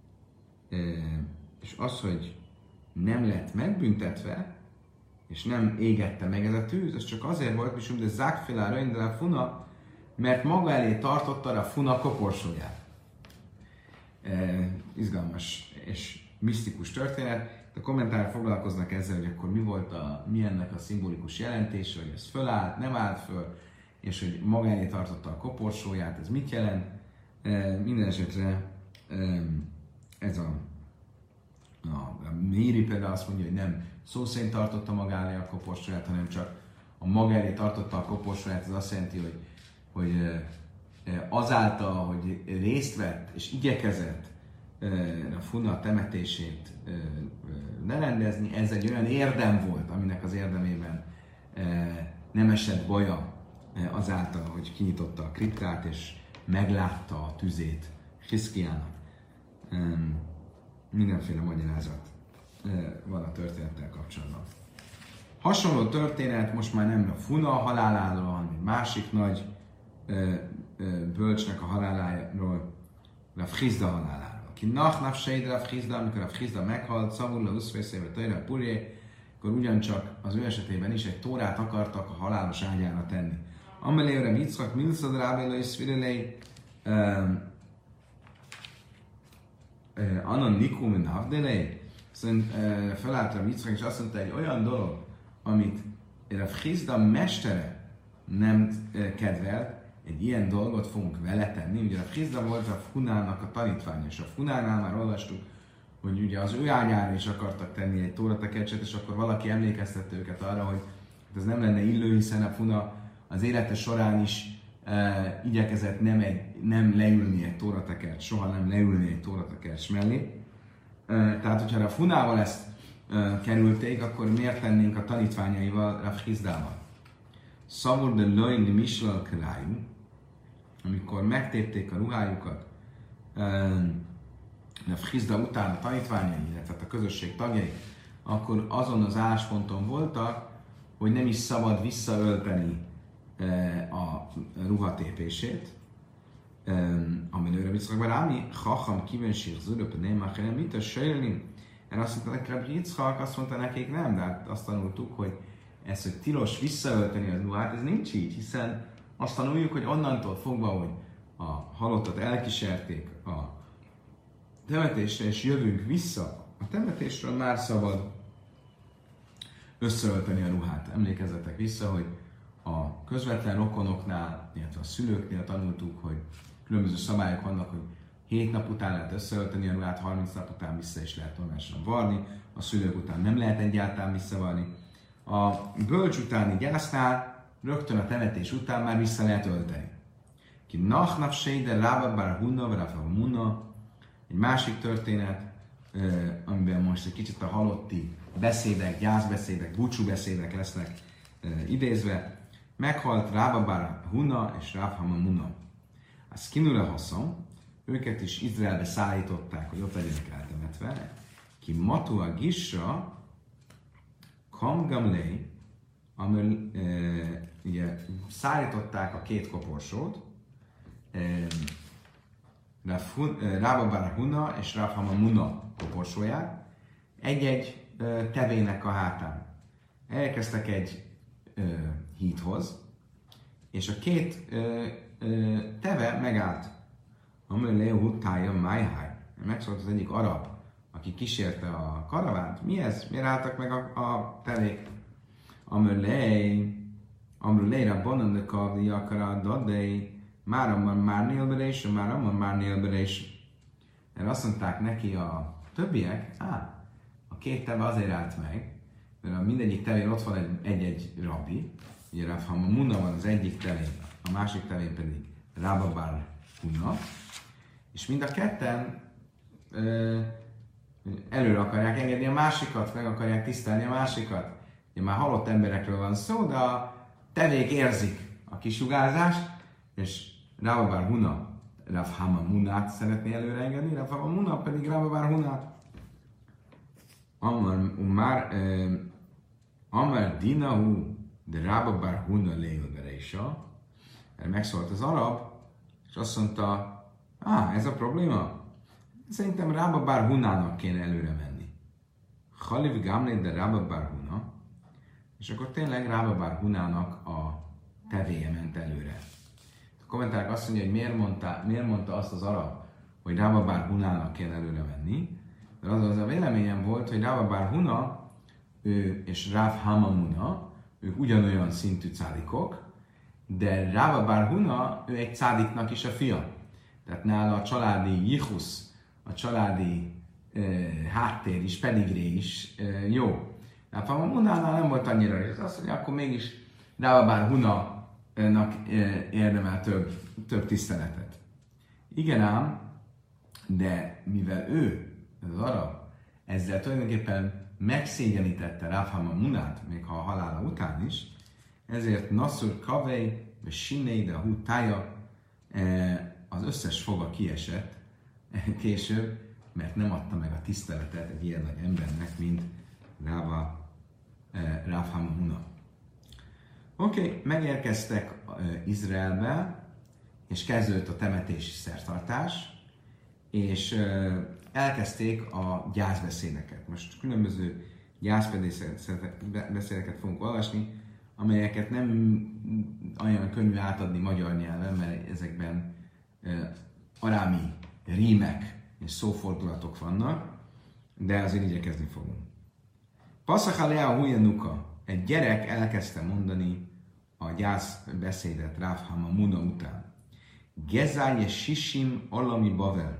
és az, hogy nem lett megbüntetve, és nem égette meg ez a tűz, ez csak azért volt, misum de zákfélára indul a funa, mert maga elé tartotta a funa koporsóját. E, izgalmas és misztikus történet. A kommentárok foglalkoznak ezzel, hogy akkor mi volt a, mi ennek a szimbolikus jelentése, hogy ez fölállt, nem állt föl, és hogy maga elé tartotta a koporsóját, ez mit jelent. E, minden esetre e, ez a, a, a Méri például azt mondja, hogy nem szó szerint tartotta maga elé a koporsóját, hanem csak a maga elé tartotta a koporsóját, ez azt jelenti, hogy, hogy azáltal, hogy részt vett és igyekezett a Funa temetését lerendezni, ez egy olyan érdem volt, aminek az érdemében nem esett baja azáltal, hogy kinyitotta a kriptát és meglátta a tüzét Hiszkiának. Mindenféle magyarázat van a történettel kapcsolatban. Hasonló történet most már nem a Funa haláláról, hanem egy másik nagy bölcsnek a haláláról, Rav Hizda haláláról. Ki nach nafseid Rav Hizda, amikor Rav Hizda meghalt, szavul le uszvészébe tajra puré, akkor ugyancsak az ő esetében is egy tórát akartak a halálos ágyára tenni. Amelére Yitzchak milszad rábéla és szvirelei anon nikum in havdelei. Szóval felállt Rav Yitzchak és azt mondta, egy olyan dolog, amit Rav Hizda mestere nem kedvelt, egy ilyen dolgot fogunk vele tenni. Ugye a Hizda volt a Funának a tanítványa, és a Funánál már olvastuk, hogy ugye az ő ágyára is akartak tenni egy tóratekercset, és akkor valaki emlékeztette őket arra, hogy ez nem lenne illő, hiszen a Funa az élete során is e, igyekezett nem, egy, nem leülni egy tóratekercs, soha nem leülni egy tóratekercs mellé. E, tehát, hogyha a Funával ezt e, kerülték, akkor miért tennénk a tanítványaival, Rav Hizdával? Szavur de lojn mislal krájú, amikor megtépték a ruhájukat, Rav Hizda után a tanítványai, illetve a közösség tagjai, akkor azon az állásponton voltak, hogy nem is szabad visszaölteni a ruhatépését, amelőre Yitzchak Rámi, Chacham kívensír zuröp némachel, mit a sejlni? Erre azt mondta nekik, hogy Yitzchak azt mondta nekik nem, de hát azt tanultuk, hogy ez, hogy tilos visszaölteni a ruhát, ez nincs így, hiszen azt tanuljuk, hogy onnantól fogva, hogy a halottat elkísérték a temetésre, és jövünk vissza a temetésről, már szabad összeölteni a ruhát. Emlékezzetek vissza, hogy a közvetlen rokonoknál, illetve a szülőknél tanultuk, hogy különböző szabályok vannak, hogy hét nap után lehet összeölteni a ruhát, harminc nap után vissza is lehet normálisan varni, a szülők után nem lehet egyáltalán visszavarni. A bölcs utáni gyásznál rögtön a temetés után már vissza lehet ölteni. Ki nachnap sejde rába bár hunna, vagy rába munna. Egy másik történet, amiben most egy kicsit a halotti beszédek, gyászbeszédek, búcsúbeszédek lesznek idézve. Meghalt Rába bár hunna és Rába munna. A skinule haszon, őket is Izraelbe szállították, hogy ott legyenek eltemetve. Ki matu a gisra, kam gamlei, amely e, ugye szállították a két koporsót, e, Rába bár hunna és Rába munna koporsóját, egy-egy e, tevének a hátán. Elkezdtek egy e, hídhoz, és a két e, e, teve megállt. Amely lehuttája májháj. Megszólt az egyik arab, aki kísérte a karavánt. Mi ez? Miért álltak meg a, a tevék? Amrulej, Amrulej rabbanon de kavdi akara dadei, máramban már nélberés, máramban már nélberés. Mert azt mondták neki a többiek, á, a két teve azért állt meg, mert a mindegyik tevén ott van egy-egy rabbi, ugye Rav Hamamuna van az egyik tevén, a másik tevén pedig Rabba bar Huna, és mind a ketten ö, előre akarják engedni a másikat, meg akarják tisztelni a másikat. Ugye már halott emberekről van szó, de a tevék érzik a kisugárzást, és Rabba bar Huna Rav Hamamunát szeretné előre engedni, Rav Hamamuna pedig Rabba bar Hunát. Amar Umar Amar Dinahu de Rabba bar Huna leilvereisa. Erre megszólt az arab, és azt mondta, ah, ez a probléma? Szerintem Rabba bar Hunának kéne előre menni. Chaliv Gamle de Rabba bar Huna, és akkor tényleg Rabba bar Hunának a tevéje ment előre. A kommentárok azt mondja, hogy miért mondta, miért mondta azt az arab, hogy Rabba bar Hunának kéne előre menni, de az az a véleményem volt, hogy Rabba bar Huna ő és Rav Hamamuna, ők ugyanolyan szintű cádikok, de Rabba bar Huna, ő egy cádiknak is a fia. Tehát nála a családi jichusz, a családi uh, háttér is, pedigré is uh, jó. Rav Hamamunánál nem volt annyira, és azt mondja, akkor mégis Rabba bar Hunának uh, érdemel több, több tiszteletet. Igen ám, de mivel ő, az arab, ezzel tulajdonképpen megszégyenítette Rav Hamamunát, még ha a halála után is, ezért Nassur Kavei, vagy Sinei, de a hú tája, az összes foga kiesett később, mert nem adta meg a tiszteletet egy ilyen nagy embernek, mint Rabba, Rav Hamamuna. Oké, okay, megérkeztek Izraelbe, és kezdődött a temetési szertartás, és elkezdték a gyászbeszédeket. Most különböző gyászbeszédeket fogunk olvasni, amelyeket nem olyan könnyű átadni magyar nyelven, mert ezekben arámi rímek és szófordulatok vannak, de azért igyekezni fogunk. Passzachalea hujanuka, egy gyerek elkezdte mondani a gyászbeszédet Rav Hamamuna után. Gezáje sisim alami bavel.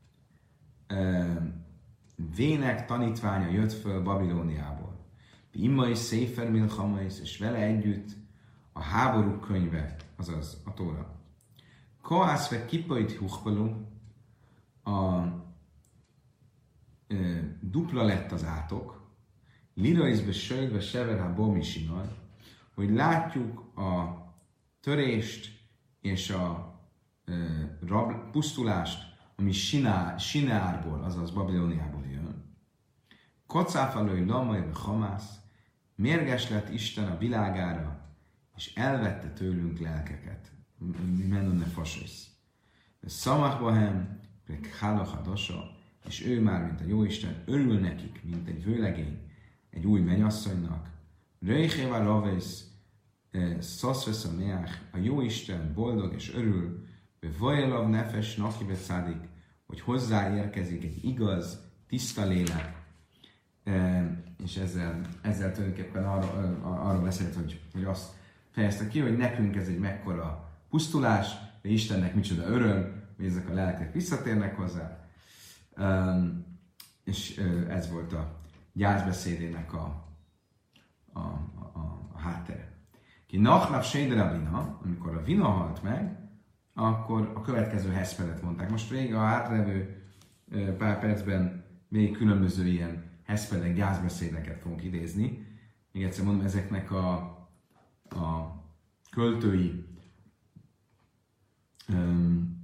Vének tanítványa jött föl Babilóniából. Immai Széfer Milchamais, és vele együtt a háborúk könyve, azaz a Tóra. Koászve kipait huchpalú, a e, dupla lett az átok, liraizbe söjtve severá bomisinaj, hogy látjuk a törést és a e, rab, pusztulást, ami Sinár, Sinárból, azaz Babilóniából jön. Kocáfalói lamai hamász, mérges lett Isten a világára, és elvette tőlünk lelkeket. Menonne fasosz. Szamachbahem, Hálachadasa, és ő már, mint a Jóisten, örül nekik, mint egy vőlegény, egy új mennyasszonynak. Röjchéva ravész, szaszvesz a meách, a Jóisten boldog és örül, Vajelav nefes nakibe szádik, hogy hozzáérkezik egy igaz, tiszta lélek, e, és ezzel, ezzel tulajdonképpen arra, arra beszélt, hogy, hogy azt fejezte ki, hogy nekünk ez egy mekkora pusztulás, de Istennek micsoda öröm, hogy ezek a lelkek visszatérnek hozzá. E, és ez volt a gyászbeszédének a, a, a, a háttere. Ki nachlav séderabina, amikor a vina halt meg, akkor a következő heszpedet mondták. Most végig a hátrevő pár percben még különböző ilyen heszpedek, gyászbeszédeket fogunk idézni. Még egyszer mondom, ezeknek a, a költői um,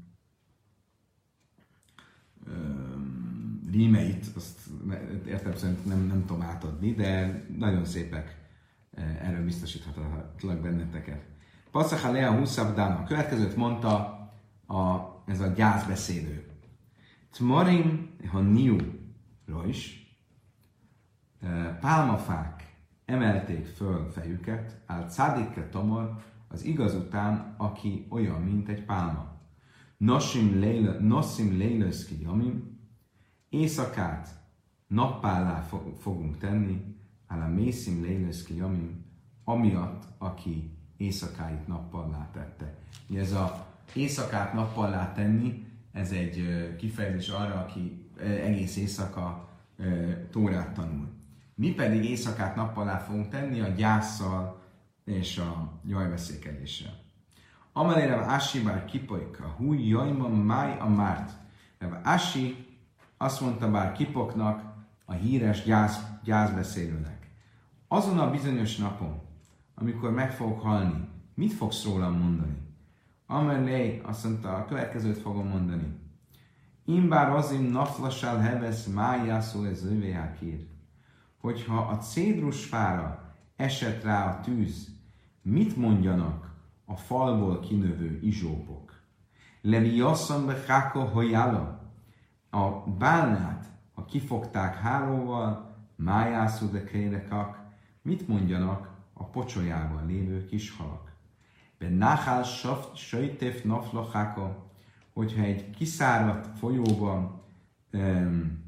um, rímeit, azt értelemszerűen nem, nem tudom átadni, de nagyon szépek, erről biztosíthatlak benneteket. Passzachalea huszabdán, a következőt mondta a, ez a gyászbeszédő. Tmarim ha niu is, pálmafák emelték föl fejüket, áll cádikke tomor, az igaz után, aki olyan, mint egy pálma. Nosim lejlőszki jamim, éjszakát nappállá fogunk tenni, áll a mészim lejlőszki jamim, amiatt, aki éjszakáit nappallá tette. Ez a éjszakát nappallá tenni, ez egy kifejezés arra, aki egész éjszaka Tórát tanul. Mi pedig éjszakát nappallá fogunk tenni a gyászsal és a jajveszékelésre. Amelére Ási bár kipolyka, hú jajma máj a márt. Ási azt mondta bár kipoknak, a híres gyász, gyászbeszélőnek. Azon a bizonyos napon, amikor meg fogok halni, mit fogsz rólam mondani? Amelé azt mondta, a következőt fogom mondani. Imbár azim naflasál hevesz májászó ez övéhákír. Hogyha a cédrusfára esett rá a tűz, mit mondjanak a falból kinövő izsópok? Levi jasszam be háko hojala. A bálnát, ha kifogták hálóval, májászó de kérekak, mit mondjanak a pocsolyában lévő kis halak? Be náhál sajtef naflacháka, hogyha egy kiszáradt folyóban um,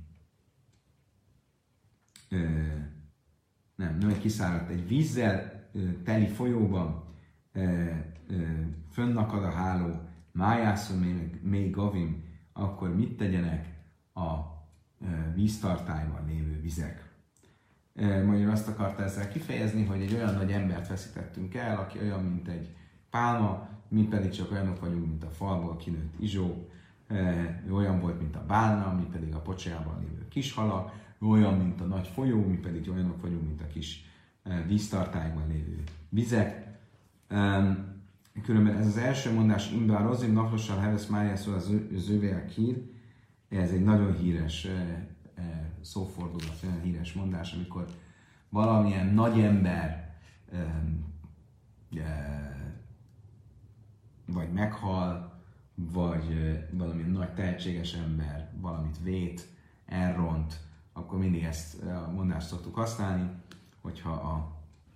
uh, nem, nem egy kiszáradt, egy vízzel uh, teli folyóban uh, uh, fönnakad a háló, májászon még, még gavim, akkor mit tegyenek a uh, víztartályban lévő vizek? Uh, Magyar azt akarta ezzel kifejezni, hogy egy olyan nagy embert veszítettünk el, aki olyan, mint egy pálma, mi pedig csak olyanok vagyunk, mint a falból kinőtt izsó, ő olyan volt, mint a bálna, mi pedig a pocsájában lévő kis halak, ő olyan, mint a nagy folyó, mi pedig olyanok vagyunk, mint a kis víztartályban lévő vizek. Különben ez az első mondás, Imbár Rozim, Naflossal Hevesz Májászol az Zövél Kír, ez egy nagyon híres szófordulat, nagyon híres mondás, amikor valamilyen nagy ember vagy meghal, vagy valamilyen nagy tehetséges ember valamit vét, elront, akkor mindig ezt a mondást szoktuk használni, hogyha a,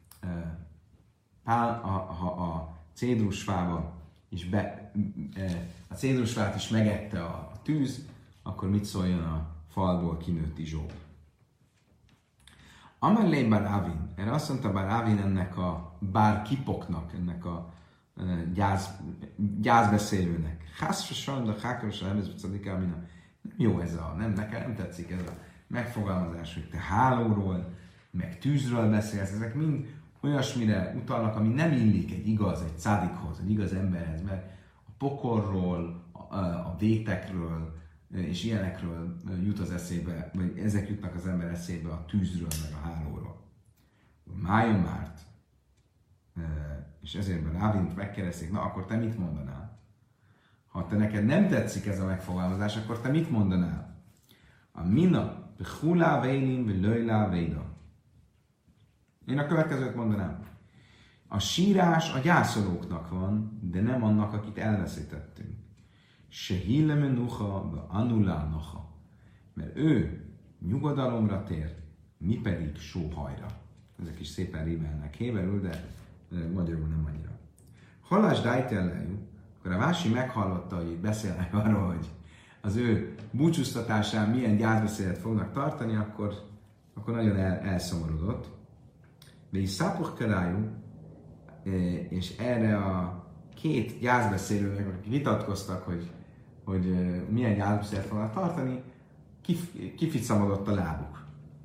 pál, a, ha a cédrusfába is be, a cédrusfát is megette a tűz, akkor mit szóljon a falból kinőtt izsó? Amellé bár Avin, erre azt mondta bár Avin ennek a bár kipoknak, ennek a gyász, gyászbeszélőnek. Hászra sajnál, de hákosra elvezbecadik el, nem jó ez a, nem, nekem nem tetszik ez a megfogalmazás, hogy te hálóról, meg tűzről beszélsz, ezek mind olyasmire utalnak, ami nem illik egy igaz, egy cádikhoz, egy igaz emberhez, mert a pokorról, a, a vétekről és ilyenekről jut az eszébe, vagy ezek jutnak az ember eszébe a tűzről, meg a hálóról. Mája márt, és ezért Rávint megkérdezték, na akkor te mit mondanál? Ha te neked nem tetszik ez a megfogalmazás, akkor te mit mondanál? A mina, bechulá veilim, lőjlá veida. Én a következőt mondanám. A sírás a gyászolóknak van, de nem annak, akit elveszítettünk. Se hilleme nuha, be anulá noha. Mert ő nyugodalomra tér, mi pedig sóhajra. Ezek is szépen rímelnek héberül, de magyarul nem annyira. Hallás dájtellejú, akkor a Vási meghallotta, hogy itt beszélnek arról, hogy az ő búcsúztatásán milyen gyászbeszédet fognak tartani, akkor, akkor nagyon el, elszomorodott. De is szápokkerájú, és erre a két gyászbeszélőnek, akik vitatkoztak, hogy, hogy milyen gyászbeszédet fognak tartani, kif, kificamodott a lábuk.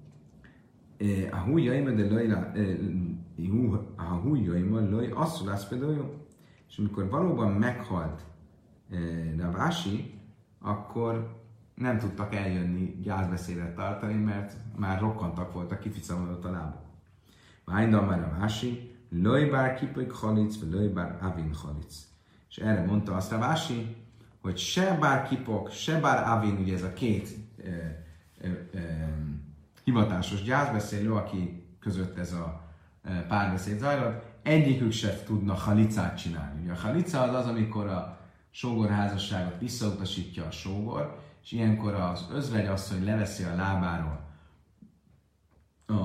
A hújjaim, de lajlá, a hújjaim, laj, asszul lesz például, és amikor valóban meghalt Ravási, akkor nem tudtak eljönni gyászbeszédet tartani, mert már rokkantak voltak, kificamodott a lábuk. Vájnda már Ravási, laj bár kipik halic, vagy laj bár avin halic. És erre mondta azt Ravási, hogy se bár kipok, se bár avin, ugye ez a két e, e, e, hivatásos gyászbeszélő, aki között ez a párbeszéd zajlott, egyikük sem tudna halicát csinálni. Ugye a halica az az, amikor a sógorházasságot visszautasítja a sógor, és ilyenkor az özvegy asszony leveszi a lábáról a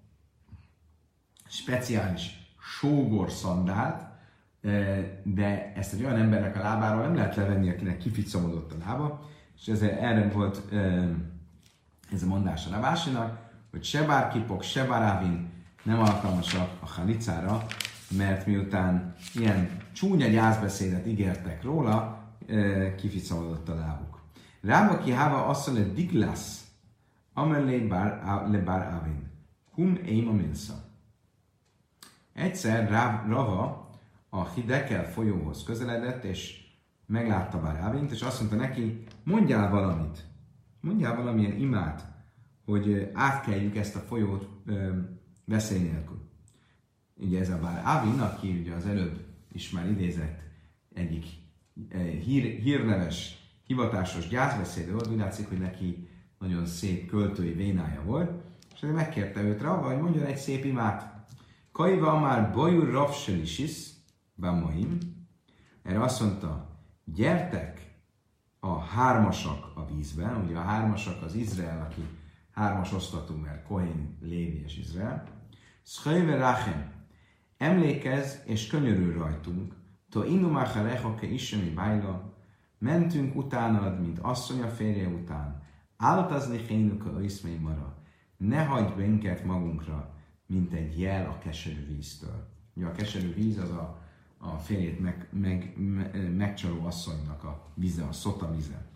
speciális sógorszandált, de ezt egy olyan embernek a lábáról nem lehet levenni, akinek kificamodott a lába, és ez, erre volt ez a mondás a Ravásinak, hogy se bár kipok, se bár ávin nem alkalmasak a halicára, mert miután ilyen csúnya gyászbeszédet ígértek róla, kificamodott a lábuk. Rába ki háva asszal egy diglász, amellé le bár ávin. Hum éma minsza. Egyszer Rava a Hidekel folyóhoz közeledett, és meglátta bár Rávint, és azt mondta neki, mondjál valamit, mondjál valamilyen imát, hogy átkeljük ezt a folyót ö, veszély nélkül. Ugye ez a bár Ávin, aki ugye az előbb is már idézett egyik hír, hírneves, hivatásos gyászbeszédő volt, úgy látszik, hogy neki nagyon szép költői vénája volt, és megkérte őt Rava, hogy mondjon egy szép imát. Kaiva már bajur ravselisis, Bamoim, erre azt mondta, gyertek a hármasak a vízben, ugye a hármasak az Izrael, aki hármas osztatú, mert Kohén, Lévi és Izrael. Szhöjve Rachem, emlékezz és könyörül rajtunk, to inumáha rehoke isemi bájla, mentünk utánad, mint asszony a férje után, áltazni hénuka iszmei mara, ne hagyd minket magunkra, mint egy jel a keserű víztől. Ugye a keserű víz az a, a férjét meg, meg, meg, megcsaló asszonynak a vize, a szota vize.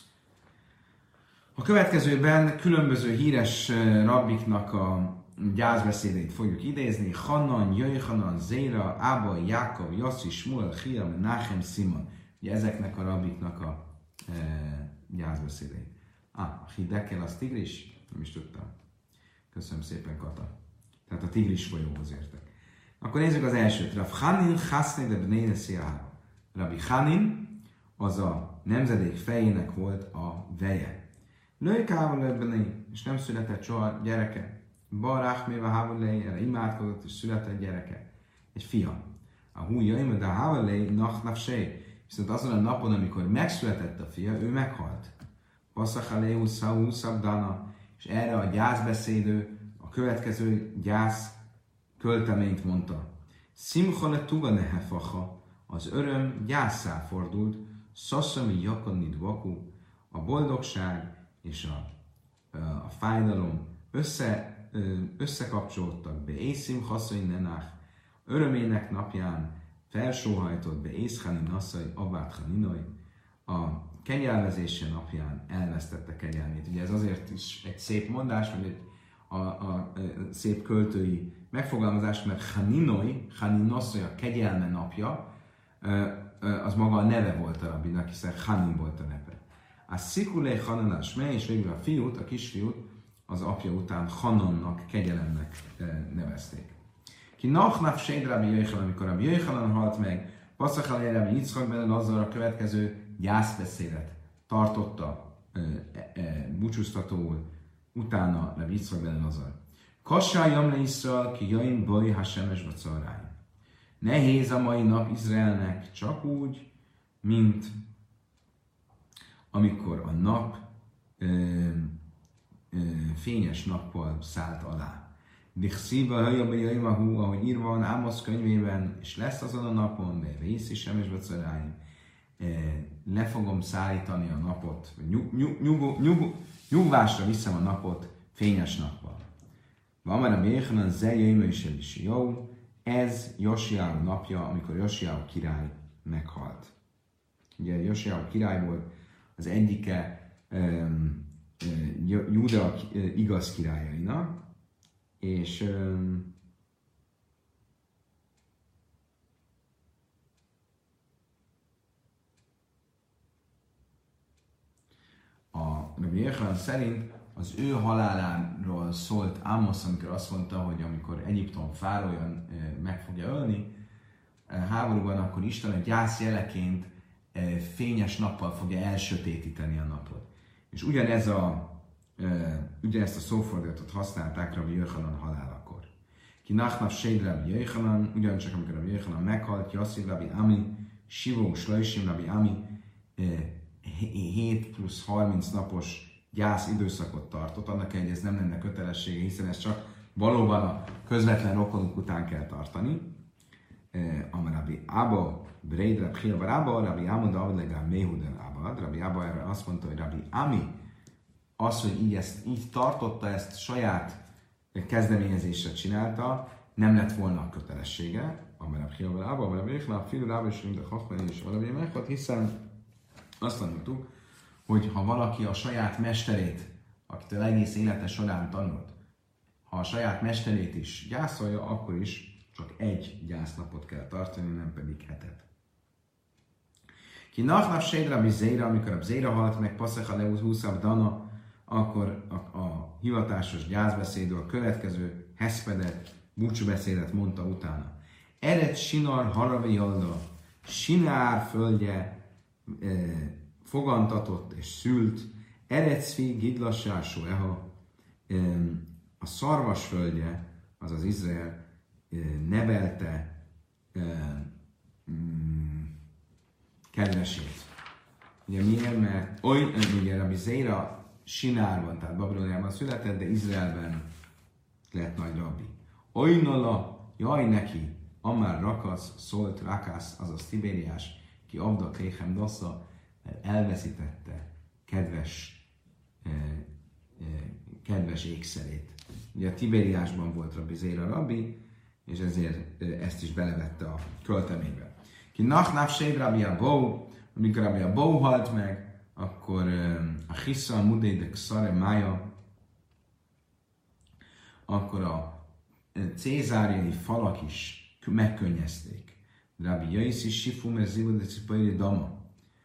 A következőben különböző híres rabbiknak a gyászbeszédeit fogjuk idézni. Hanan, Jöjhanan, Zéra, Ába, Jákov, Yossi, Shmuel, Chia, Menachem, Simon. Ugye ezeknek a rabbiknak a e, gyászbeszédeit. Ah, a Hidekel az tigris? Nem is tudtam. Köszönöm szépen, Kata. Tehát a tigris folyóhoz értek. Akkor nézzük az elsőt. Rav Chanin Chasne de Bnei Nesiah. Rabbi Chanin az a nemzedék fejének volt a veje. Lőjkával lebbenei, és nem született soha gyereke. Barach méve hávolei, erre imádkozott, és született gyereke. Egy fia. A hújaim, de a hávolei nach nafsei. Viszont azon a napon, amikor megszületett a fia, ő meghalt. Passzachaléhu szau szabdana, és erre a gyászbeszédő a következő gyász költeményt mondta. Simchole tuga nehefacha, az öröm gyászá fordult, szaszami jakonid vaku, a boldogság és a, a fájdalom össze, összekapcsolódtak be. Észim haszai nenach, örömének napján felsóhajtott be Észhani nasszai, Abát Haninoj, a kegyelmezése napján elvesztette kegyelmét. Ugye ez azért is egy szép mondás, vagy egy a, a, a szép költői megfogalmazás, mert Haninoj, Haninosszai a kegyelme napja, az maga a neve volt a rabbinak, hiszen Hanin volt a neve. A Szikulé Hananás mely, és végül a fiút, a kisfiút az apja után Hanonnak, kegyelemnek nevezték. Ki Nachnaf Séd Rabbi Jöjjhanan, amikor Rabbi Jöjjhanan halt meg, Passzachalé Rabbi Yitzchak ben Lazar a következő gyászbeszédet tartotta e, e, búcsúztatóul, utána Rabbi Yitzchak ben Lazar. Kassá Jamle Iszrael, ki Jaim Baj Hasemes Bacarány. Nehéz a mai nap Izraelnek csak úgy, mint amikor a nap ö, ö, fényes nappal szállt alá. Dichszíva hajabba jaimahu, ahogy írva van Ámosz könyvében, és lesz azon a napon, de rész is sem is bacaráim, le fogom szállítani a napot, nyug, nyug, nyug, nyug, nyugvásra viszem a napot fényes nappal. Van már a Béhanan Zejaimai is jó, ez Josiáhu napja, amikor Josiáhu király meghalt. Ugye Josiáhu király volt az egyike um, uh, Júda uh, igaz királyainak, és um, a Rabbi Jöjjhanan szerint az ő haláláról szólt Ámosz, amikor azt mondta, hogy amikor Egyiptom fáraója meg fogja ölni háborúban, akkor Isten a gyász jeleként fényes nappal fogja elsötétíteni a napot. És ugyanez a, ugyanezt a szófordulatot használták Rabbi Jöjjhanan halálakor. Ki Nachnaf Séd Rabbi Jöjjhanan, ugyancsak amikor Rabbi Jöjjhanan meghalt, Yassir Rabbi Ami, Sivó Slajsim Rabbi Ami hét plusz harminc napos gyász időszakot tartott, annak hogy ez nem lenne kötelessége, hiszen ez csak valóban a közvetlen rokonuk után kell tartani. Amar Rabbi Abba, Breid Rabbi Chia bar Abba, Rabbi Amo David legalább Méhuden Abba. Rabbi Abba erre azt mondta, hogy Rabbi Ami az, hogy így, ezt, így tartotta, ezt saját kezdeményezésre csinálta, nem lett volna a kötelessége. Amar Rabbi Chia bar Abba, Rabbi Echla, Filu Rabbi és Rinda Chachmeni és Rabbi meghalt, hiszen azt tanultuk, hogy ha valaki a saját mesterét, akitől egész élete során tanult, ha a saját mesterét is gyászolja, akkor is csak egy gyásznapot kell tartani, nem pedig hetet. Ki nachnap séd Rabbi Zéra, amikor a Zéra halt meg, Paszecha Leuz húszav Dana, akkor a, a hivatásos gyászbeszédő a következő heszpedet, búcsúbeszédet mondta utána. Ered Sinar Haravi Jalda, Sinár földje e, fogantatott és szült, Ered Szfi Gidlassásó Eha, e, a szarvas földje, azaz Izrael, e, nevelte e, mm, kedvesét. Ugye miért? Mert oly, ugye Rabbi Zéra Sinárban, tehát Babiloniában született, de Izraelben lett nagy rabbi. Olynala, jaj neki, Amár Rakasz, szólt Rakász, azaz Tibériás, ki Avda Kéhem Dassa, mert elveszítette kedves, eh, eh, kedves ékszerét. Ugye Tibériásban volt Rabbi Zéra rabbi, és ezért eh, ezt is belevette a költeménybe. Ki Nachnáv Séd Rabbi Abou, amikor Rabbi Abou halt meg, akkor eh, a Chissa Mudédek Szare Mája, akkor a cézáriai falak is megkönnyezték. Rabbi Jaiszi Sifum ez Zivudecipai Dama.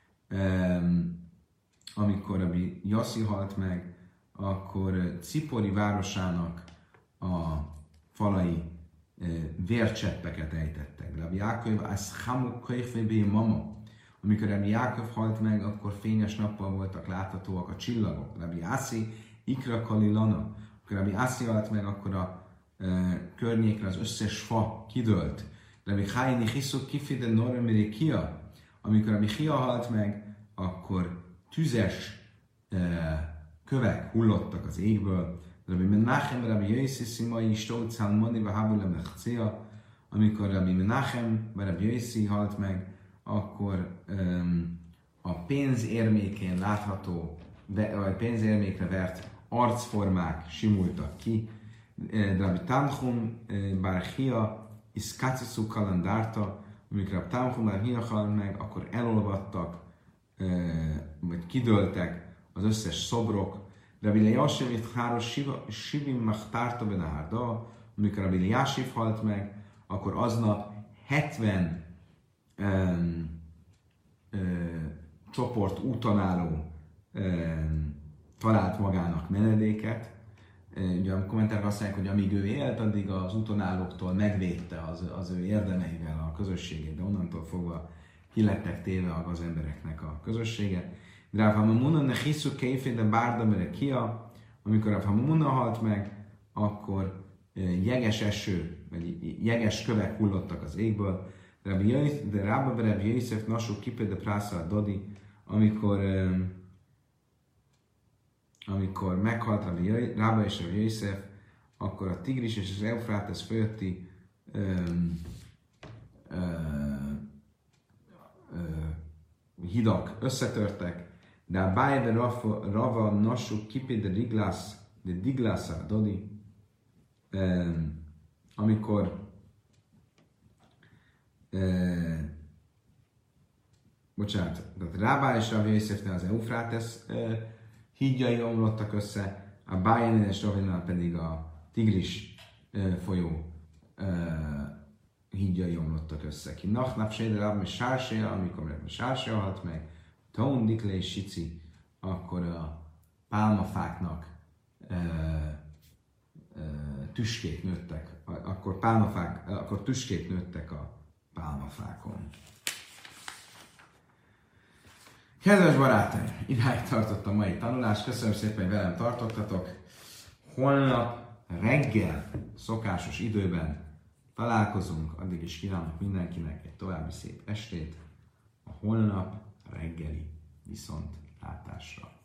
Amikor Rabbi Jassi halt meg, akkor Cipori városának a falai vércseppeket ejtettek. Rabbi Jákov az Hamuk Köjfébé Mama. Amikor Rabbi Jákov halt meg, akkor fényes nappal voltak láthatóak a csillagok. Rabbi Ászi Ikra Kalilana. Amikor Rabbi Ászi halt meg, akkor a környékre az összes fa kidőlt. Rabbi Chájni Hiszuk Kifide Noremiri Kia, amikor Rabbi Chia halt meg, akkor tüzes kövek hullottak az égből. Rabbi Menachem, Rabbi Jaiszi Szimai Stót Szalmoni Vahavule Mechcia, amikor Rabbi Menachem, Rabbi Jaiszi halt meg, akkor um, a pénzérmékén látható, vagy pénzérmékre vert arcformák simultak ki. Rabbi Tanchum Bar Chia Iszkáciszú kalandárta, amikor Rabbi Tanchum Bar Chia halt meg, akkor elolvadtak, vagy kidőltek az összes szobrok. Rabbi Eliashiv Háros Sivim Machtárta Benárda, amikor Rabbi Eliashiv halt meg, akkor aznap hetven um, um, csoport útanálló um, talált magának menedéket. Ugye a kommentárok azt mondják, hogy amíg ő élt, addig az útonállóktól megvédte az, az ő érdemeivel a közösségét, de onnantól fogva ki lettek téve az embereknek a közössége. De Rav Hamamuna ne hiszuk kéfé, de bárda mere kia, amikor Rav Hamamuna halt meg, akkor jeges eső, vagy jeges kövek hullottak az égből. De Rabba Rabbi Yosef nasú kipé de prásza dodi, amikor amikor meghalt Rabba és Rabbi Yosef, akkor a Tigris és az Eufrátesz fölötti um, uh, uh, hidak összetörtek, de a Bájde Rava Nassuk Kipi de Diglász, de Diglászá Dodi, um, amikor uh, bocsánat, tehát Rabba és Rabbi Yosefnél az Eufrátesz uh, hídjai omlottak össze, a Bájén és Ravinál pedig a Tigris uh, folyó uh, hídjai omlottak össze. Ki Nachnap Séde Rabbi Sársél, amikor Rabbi Sársél halt meg, Tón Dikle és Sici, akkor a pálmafáknak uh, uh, tüskék nőttek, akkor, pálmafák, akkor tüskék nőttek a pálmafákon. Kedves barátaim, idáig tartott a mai tanulás. Köszönöm szépen, hogy velem tartottatok. Holnap reggel, szokásos időben találkozunk. Addig is kívánok mindenkinek egy további szép estét. A holnap reggeli viszontlátásra.